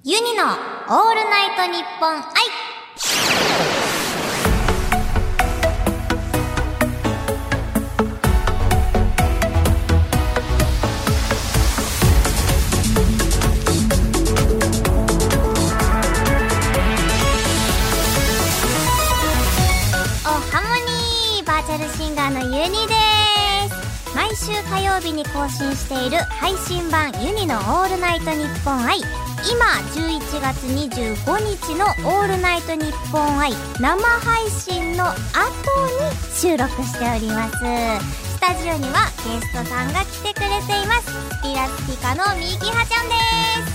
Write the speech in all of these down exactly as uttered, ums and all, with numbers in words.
ユニのオールナイトニッポン愛。おハモニー、バーチャルシンガーのユニです。毎週火曜日に更新している配信版ユニのオールナイトニッポン愛。今じゅういちがつにじゅうごにちのオールナイトニッポン愛生配信の後に収録しております。スタジオにはゲストさんが来てくれています。スピラスピカのミキハちゃんです。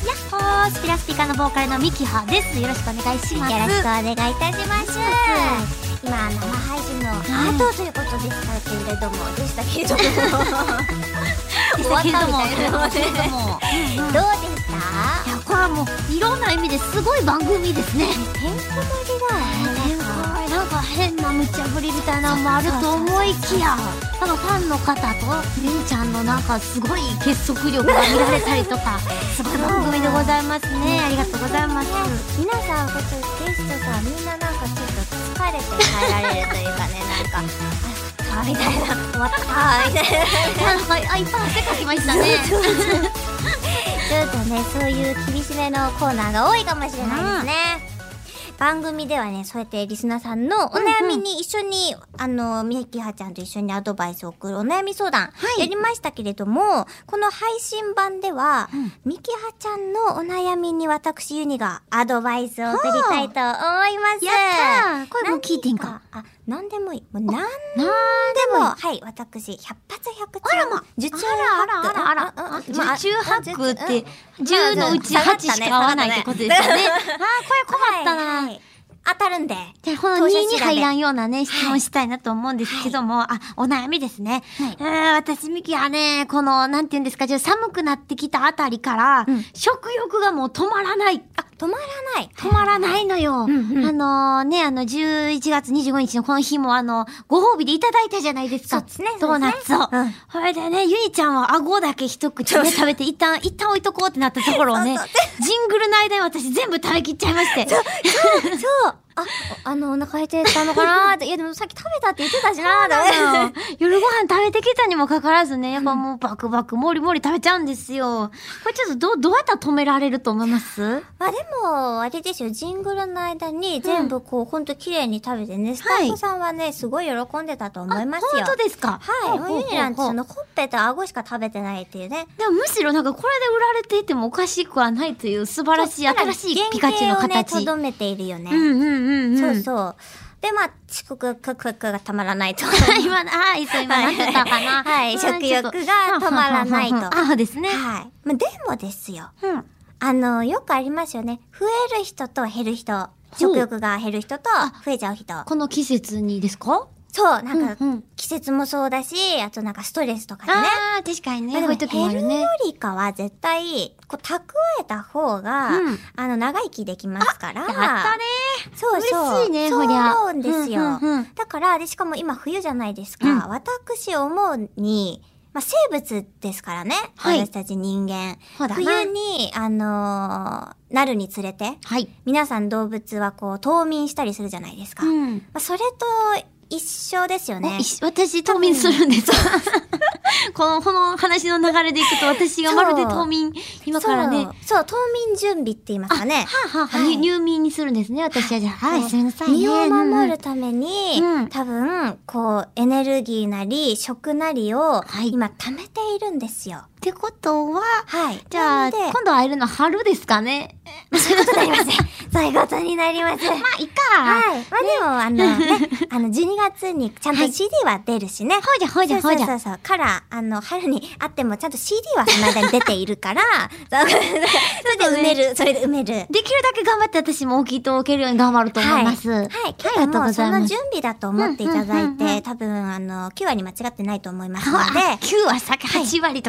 やっほー、スピラスピカのボーカルのミキハです。よろしくお願いします。 よろしくお願いいたします。今生配信の後ということでしたけれども、でしたけれども終わったみたいなのでどうでした？ いや、これはもういろんな意味ですごい番組ですね。 てんこ盛りだよね。 なんか変な無茶ぶりみたいなのもあると思いきや、なんかファンの方とりんちゃんのなんかすごい結束力が見られたりとかすごい番組でございますね。ありがとうございます。 皆さんこっちゲストさんみんななんかちょっと疲れて帰られるというかね、なんかあみたいな、終わったみたいな、 なんかあいっぱい汗かきましたね。 ちょっとね、そういう厳しめのコーナーが多いかもしれないですね。番組ではね、そうやってリスナーさんのお悩みに一緒に、うんうん、あの、みきはちゃんと一緒にアドバイスを送るお悩み相談やりましたけれども、はい、この配信版では、うん、みきはちゃんのお悩みに私ユニがアドバイスを送りたいと思います。 やったー、これも聞いてんか。 あ、なんでもいい。もうなんでも、はい、私、百発百中。 あらま、 受注ハック。あらあらあら、受注ハックって、じゅうのうちはちしか合わないってことですよね。あー、これ困ったな。 当たるんで。 じゃあ、このにに入らんようなね、質問したいなと思うんですけども、あ、お悩みですね。えー、私、ミキはね、この、なんて言うんですか、じゃあ寒くなってきたあたりから、食欲がもう止まらない。 あ、止まらない。 止まらないのよ。あのね、あの、じゅういちがつにじゅうごにちのこの日も、あの、ご褒美でいただいたじゃないですか。 そうですね。 ドーナツを。それでね、ユニちゃんは顎だけ一口ね、食べて、一旦、一旦置いとこうってなったところをね、ジングルの間に私全部食べきっちゃいまして。 そう、そう、そう。あ、あの、お腹空いてたのかなーって。いや、でもさっき食べたって言ってたしなーって。 夜ご飯食べてきたにもかかわらずね、やっぱもうバクバク、もりもり食べちゃうんですよ。これちょっとど、どうやったら止められると思います？ あ、でも、あれですよ、ジングルの間に全部こう、うん、ほんと綺麗に食べてね、スタッフさんはね、すごい喜んでたと思いますよ。 本当ですか？ はい。もうユニなんてその、ほっぺと顎しか食べてないっていうね。 でもむしろなんかこれで売られていてもおかしくはないという素晴らしい新しいピカチュウの形。 原型をね、とどめているよね。 うんうんうんうん。 そうそう。で、まあ、遅刻、クククがたまらないと。 今、はい、そう、今、なってたかな。 はい、食欲が止まらないと。 ああですね。 はい。まあ、でもですよ。うん。あの、よくありますよね。増える人と減る人。食欲が減る人と増えちゃう人。 この季節にですか？ そう、なんか、季節もそうだし、あとなんかストレスとかでね。 ああ、確かにね。こういう時もあるね。 減るよりかは絶対、こう、蓄えた方が、うん、あの、長生きできますから。やったね。 そうそう。 嬉しいね、 そうほりゃ。 思うんですよ。うんうんうん、だから、で、しかも今冬じゃないですか。うん、私思うに、まあ、生物ですからね。はい、私たち人間。冬に、あのー、なるにつれて、はい、皆さん動物はこう、冬眠したりするじゃないですか。うん、まあ、それと、一緒ですよね。 私、冬眠するんです。この、この話の流れでいくと、私がまるで冬眠、今からね。 そう、そう、冬眠準備って言いますかね。 はあ、はあ、はい、入眠にするんですね、私は。じゃあ、はい、すみませんね。 身を守るために、うん、多分、こう、エネルギーなり、食なりを、今、貯めているんですよ。 ってことは、 はい。 じゃあ、今度会えるの春ですかね。 そういうことになります。そういうことになります。まあ、いいか。 はい。まあ、でも、あのね、あの、じゅうにがつにちゃんと シーディー は出るしね。ほうじゃ、ほうじゃ、ほうじゃ。 そうそうそう。から、あの、春にあっても、ちゃんと シーディー はその間に出ているから、それで埋める、それで埋める。 できるだけ頑張って私も大きいと置けるように頑張ると思います。はい。 はい。けども、その準備だと思っていただいて、多分、あの、きゅうわり間違ってないと思いますので。 きゅうわさっきはちわりとかいう話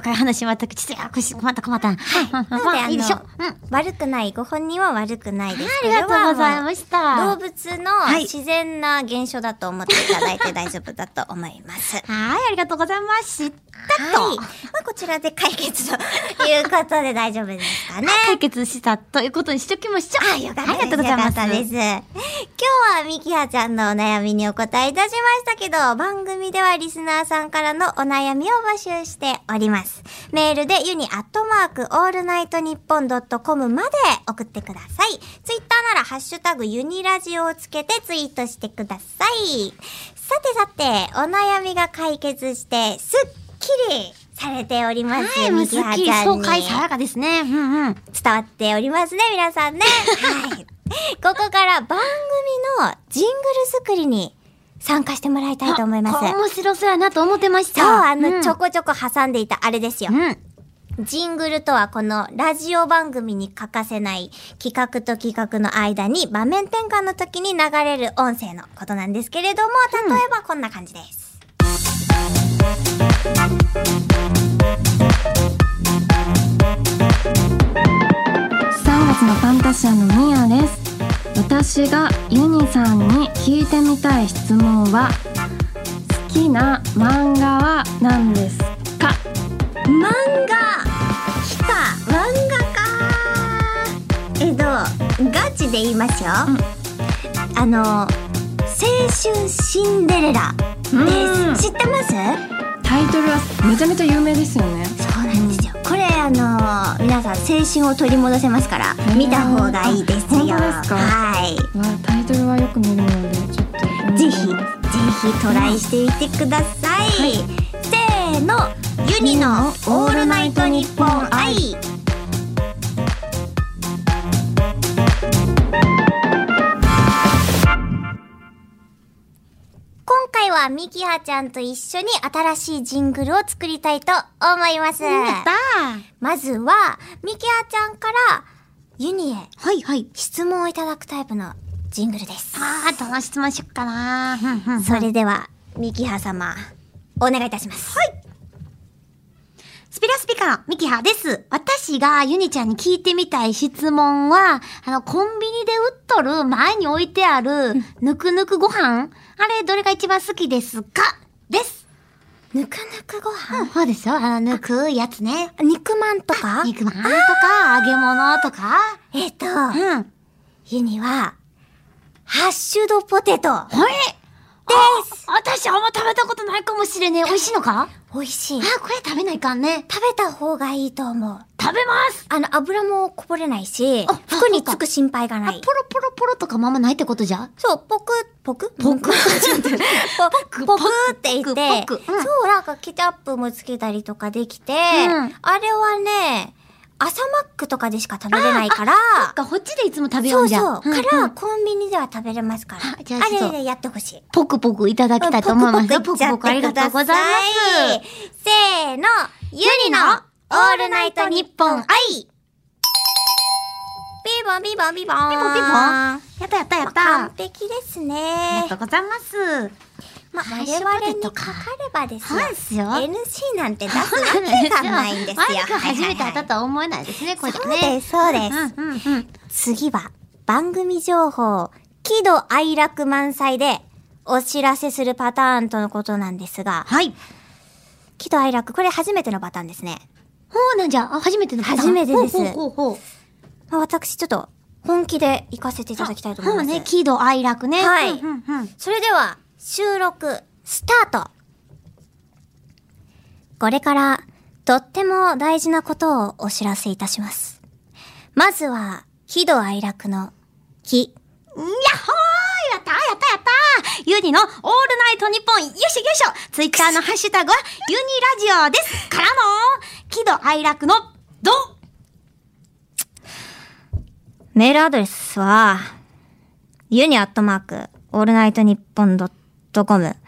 しまった。ちょっと、困った困った。はい。 なので、あいいでしょ。 の、悪くない、ご本人は悪くないです。 ありがとうございました。 動物の自然な現象だと思っていただいて大丈夫だと思います。 はい、ありがとうございました。 はい。まあ、こちらで解決ということで大丈夫ですかね。 解決したということにしときましょう。 あ、よかったです。 ありがとうございます。 よかったです。今日はみきはちゃんのお悩みにお答えいたしましたけど、番組ではリスナーさんからのお悩みを募集しております。メールでユニアットマークオールナイトニッポンドットコムまで送ってください。ツイッターならハッシュタグユニラジオをつけてツイートしてください。さてさて、お悩みが解決してすっきりされております。 はい、 みきはちゃんに。 爽快爽やかですね。うんうん。 伝わっておりますね、皆さんね。はい。ここから番組のジングル作りに参加してもらいたいと思います。 面白そうやなと思ってました。 そう、あの、 うん、 ちょこちょこ挟んでいたあれですよ。 うん。 ジングルとはこのラジオ番組に欠かせない企画と企画の間に場面転換の時に流れる音声のことなんですけれども、例えばこんな感じです。 さんがつのファンタシアのミヤです。私がユニさんに聞いてみたい質問は、好きな漫画は何ですか？ 漫画きた漫画かえっとガチで言いますよ、うん、あの青春シンデレラです。知ってます？ タイトルはめちゃめちゃ有名ですよね。 そうなんですよ。これあの皆さん青春を取り戻せますから見た方がいいですよ。 本当ですか？ はい。 わタイトルはよく見るのでちょっとぜひぜひトライしてみてください、はい、せーのユニのオールナイトニッポン愛。今回はみきはちゃんと一緒に新しいジングルを作りたいと思います。 やったー。 まずはみきはちゃんからユニへはいはい。 質問をいただくタイプのジングルです。 あー、どの質問しよっかなー。 それではみきは様お願いいたします。 はい。スピラスピカのミキハです。私がユニちゃんに聞いてみたい質問は、あの、コンビニで売っとる前に置いてある、ぬくぬくご飯、あれ、どれが一番好きですかです。 ぬくぬくご飯、 うん、そうですよ。あの、ぬくやつね。 肉まんとか肉まんとか、揚げ物とか。 えっと、 うん。 ユニは、ハッシュドポテト。 はいです。 私あんま食べたことないかもしれねえ。美味しいのか？ 美味しい。 あ、これ食べないかんね。 食べた方がいいと思う。 食べます。 あの、油もこぼれないし、服につく心配がない。 ポロポロポロとかままないってことじゃ？ そう、ポク、ポクポクポク、ポクって言って、 ポクポクうん、 そう、なんかケチャップもつけたりとかできて、 うん、 あれはね、朝マックとかでしか食べれないから、 そっか、こっちでいつも食べようじゃん。 そうそう。うんうん、から、コンビニでは食べれますから。あ、 じゃああれでやってほしい。 ポクポクいただきたいと思います。 ポクポクいっちゃってください。 ポクポクありがとうございます。 せーの、ユニのオールナイトニッポン愛。ピーボンピーボンピーボン。 ピーボンピーボン。やったやったやった。 完璧ですね。 ありがとうございます。 まあ、我々にかかればですよ。 そうですよ。 エヌシー なんて出すわけがないんですよ。 マイク初めて当たったとは思えないですね、これね。 そうです、そうです。 うんうんうん、次は、番組情報、喜怒哀楽満載でお知らせするパターンとのことなんですが。 はい。 喜怒哀楽、これ初めてのパターンですね。 ほうなんじゃ、あ、初めてのパターン。 初めてです。 ほうほうほう。 まあ、私ちょっと本気で行かせていただきたいと思います。 そうね、喜怒哀楽ね。 はい。 うんうんうん、 それでは、収録、スタート。これから、とっても大事なことをお知らせいたします。まずは、喜怒哀楽の、喜。 やっほーやったやったやったユニのオールナイトニッポンよいしょよいしょツイッターのハッシュタグはユニラジオですからの喜怒哀楽のドメールアドレスは、ユニアットマーク、オールナイトニッポンドットコム。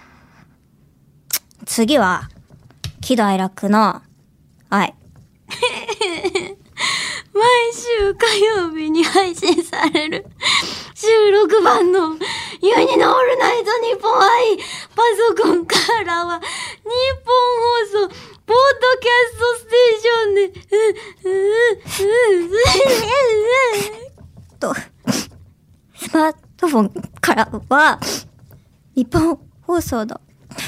次は、喜怒哀楽の、はい。 毎週火曜日に配信される収録版のユニのオールナイトニッポン愛パソコンからは日本放送ポッドキャストステーションで、う、う、う、う、 と、スマートフォンからは、日本放送の、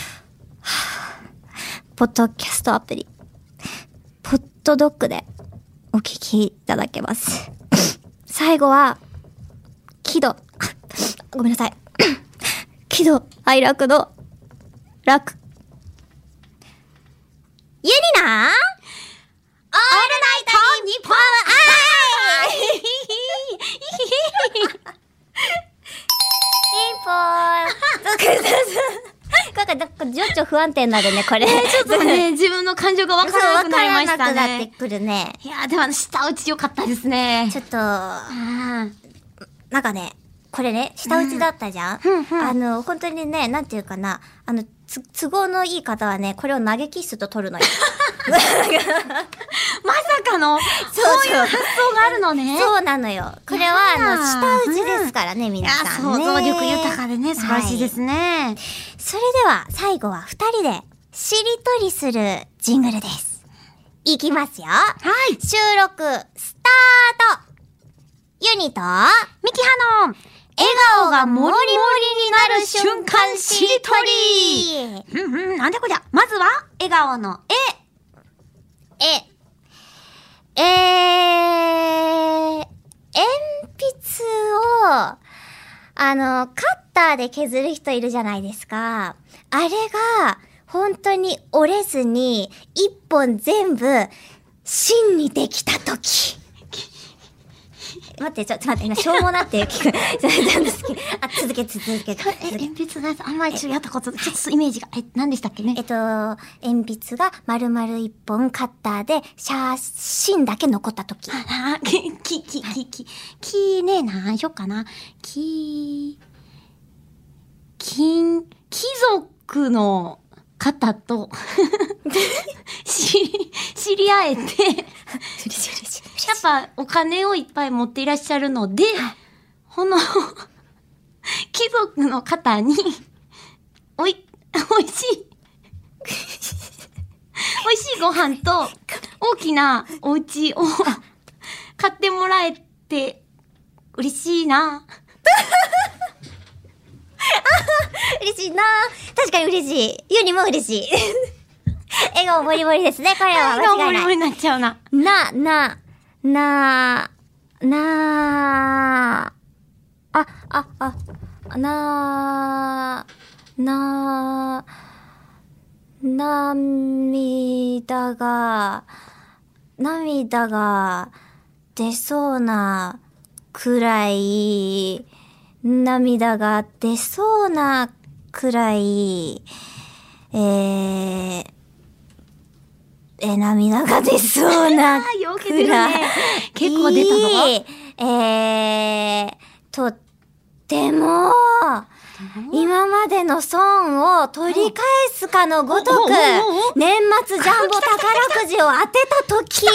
ポッドキャストアプリ、ポッドドッグでお聞きいただけます。最後は、喜怒、ごめんなさい。喜怒哀楽の楽。ユニナオールナイトニッポンアイピンポーンなんか、なんか、情緒不安定になるね、これ。 ちょっとね、自分の感情がわからなくなりましたね。 わからなくなってくるね。 いやー、でも、舌打ち良かったですね。 ちょっと、 あなんかね、これね、舌打ちだったじゃん、 うんうんうん、 あの、本当にね、なんていうかな、あの、つ、都合のいい方はね、これを投げキッスと取るのよ。 まさかの、そういう発想があるのね。 そうなのよ。これは、あの、舌打ちですからね、うん、皆さんね。 想像力豊かでね、素晴らしいですね。はい、 それでは、最後は二人で、しりとりするジングルです。いきますよ。 はい。 収録、スタート。ユニと、 ミキハの、 笑顔がもりもりになる瞬間しりとり。 うんうん、なんでこりゃ。まずは、笑顔のえ。え。えー、鉛筆を、あの、カッターで削る人いるじゃないですか。あれが、本当に折れずに、一本全部、芯にできたとき。待って、ちょっと待って、今、しょうもなって聞く。あ、続け、続け、続け。 鉛筆のやつ、あんまりちょっとやったこと、ちょっとイメージが、え、何でしたっけね。 えっと、鉛筆が丸々一本カッターで、シャー、芯だけ残ったとき。 あ、き、き、き、き、き、きねえな、何しよっかな。き、金、貴族の方と、知、知り合えて、やっぱお金をいっぱい持っていらっしゃるので、この貴族の方におい、おいしいおいしいご飯と大きなお家を買ってもらえて嬉しいな。 嬉しいな。確かに嬉しい。ユニも嬉しい。笑顔もりもりですね。これは間違いない。 笑顔もりもりになっちゃうな。 な、な、な、な、あ、あ、あ、な、な、涙が、涙が出そうなくらい、涙が出そうなくらい、えー、え、涙が出そうなくらい。 ね、結構出たぞ。 えー、とっても、今までの損を取り返すかのごとく、年末ジャンボ宝くじを当てたとき、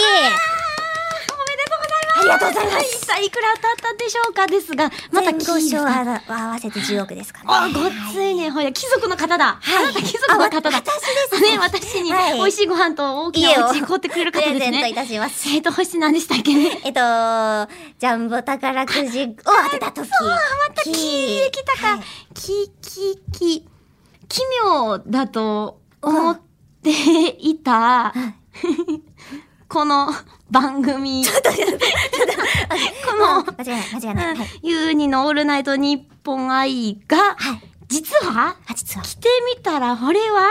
ありがとうございます。 さあ、いくら当たったでしょうかですが、また前後賞合わせてじゅうおくですかね。 あ、ごっついね。ほら、貴族の方だ。 はい。 あなた貴族の方だ。 私ですね。 ね、私に美味しいご飯と大きなお家買ってくれる方ですね。 プレゼントいたします。 えっと、星何でしたっけね。 えっと、ジャンボ宝くじを当てたとき。 そう、またキーできたか。キ、キ、キ、奇妙だと思っていた、この番組。ちょっと、ちょっと、この、 間違いない、間違いない。 ユーニのオールナイトニッポン愛が、実は、 実は、 来てみたら、これは、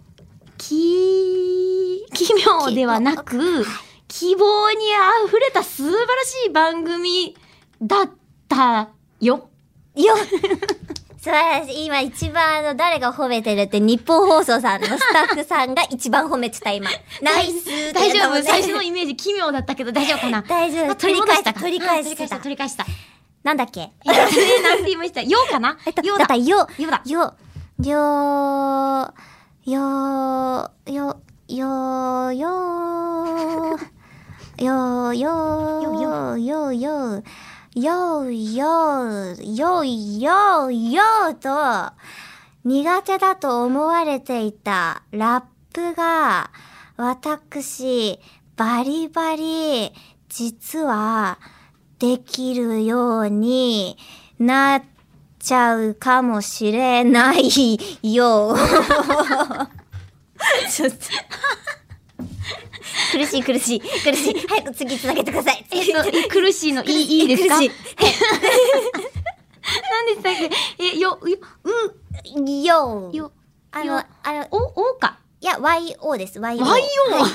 き、奇妙ではなく、希望に溢れた素晴らしい番組だったよ。 よ素晴らしい。今一番あの、誰が褒めてるって日本放送さんのスタッフさんが一番褒めてた今。ナイス。 大丈夫。最初のイメージ奇妙だったけど大丈夫かな。 大丈夫。取り返した。取り返した。 取り返した。 なんだっけえ、なんて言いましたようかなようだ。だったよ。 ようだ。 よ、よ、よ、よ、よ、よ、よ、よ、よ、よ、よ、よ、ようよう、ようようようと苦手だと思われていたラップが私、バリバリ、実は、できるようになっちゃうかもしれないよ。ちょっと。苦しい苦しい苦しい。早く次つなげてください。 えっと、苦しいのいい、いいですか？ 苦しい。 何でしたっけ？え、よ、よ、 う、よ、 よ、 あの、あの、 お、おか。 いや、ワイオー です。ワイオー。 ワイオー？ はい、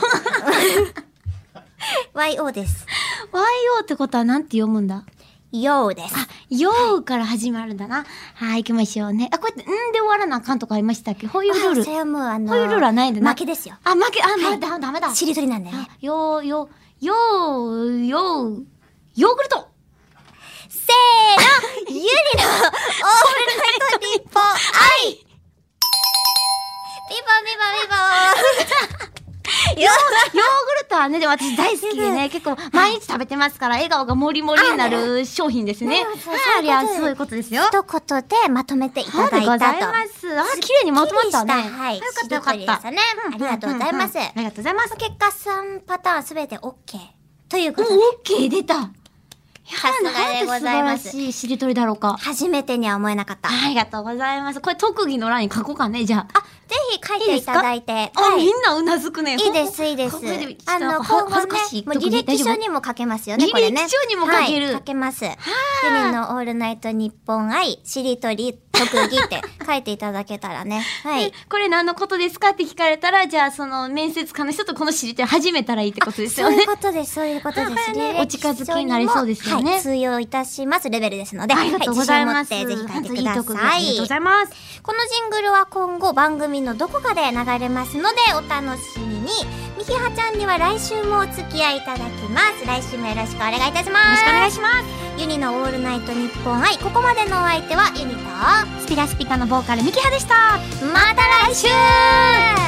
ワイオー です。 ワイオー ってことはなんて読むんだ？ ようです。 あ、ようから始まるんだな。はい、行きましょうね。あ、こうやって、んで終わらなあかんとかありましたっけ？こういうルール。 それはもうあの、 こういうルールはないんだな。 負けですよ。 あ、負け、あ、ま、 はい、 だ、ダメだ。 しりとりなんだよね。 よー、よ、よー、よー、ヨーグルト。 せーの、ゆりのオールナイトニッポン愛。ピンポンピンポンピンポン。 ヨーグルトはね、でも私大好きでね、結構毎日食べてますから、笑顔がもりもりになる商品ですね。はい、あ、そういうことですよ。 一言でまとめていただいたと。 そうでございます。あ、綺麗にまとまったね。 はい。 よかったよかった。 ね。ありがとうございます。 ありがとうございます。 結果さんパターンすべて OK。ということで。 OK 出た。 さすがでございます。 素晴らしいしりとりだろうか。 初めてには思えなかった。 ありがとうございます。これ特技の欄に書こうかね、じゃあ。 あ、ぜひ書いていただいて。 あ、みんなうなずくね。 いいです、いいです。あの、 今後ね、もう履歴書にも書けますよね、これね。 履歴書にも書ける。 書けます。ユニのオールナイトニッポン愛、しりとり、特技って書いていただけたらね。はい。 これ何のことですかって聞かれたら、じゃあその面接官の人とこのしりとり始めたらいいってことですよね。 そういうことです、そういうことです。 お近づきになりそうですよね。 はい、通用いたしますレベルですので、 ありがとうございます。 はい、自信を持ってぜひ書いてください。 ありがとうございます。 このジングルは今後番組のどこかで流れますのでお楽しみに。みひはちゃんには来週もお付き合いいただきます。来週もよろしくお願いいたします。 よろしくお願いします。 ユニのオールナイトニッポン愛、ここまでのお相手はユニとスピラスピカのボーカルミキハでした。 また来週。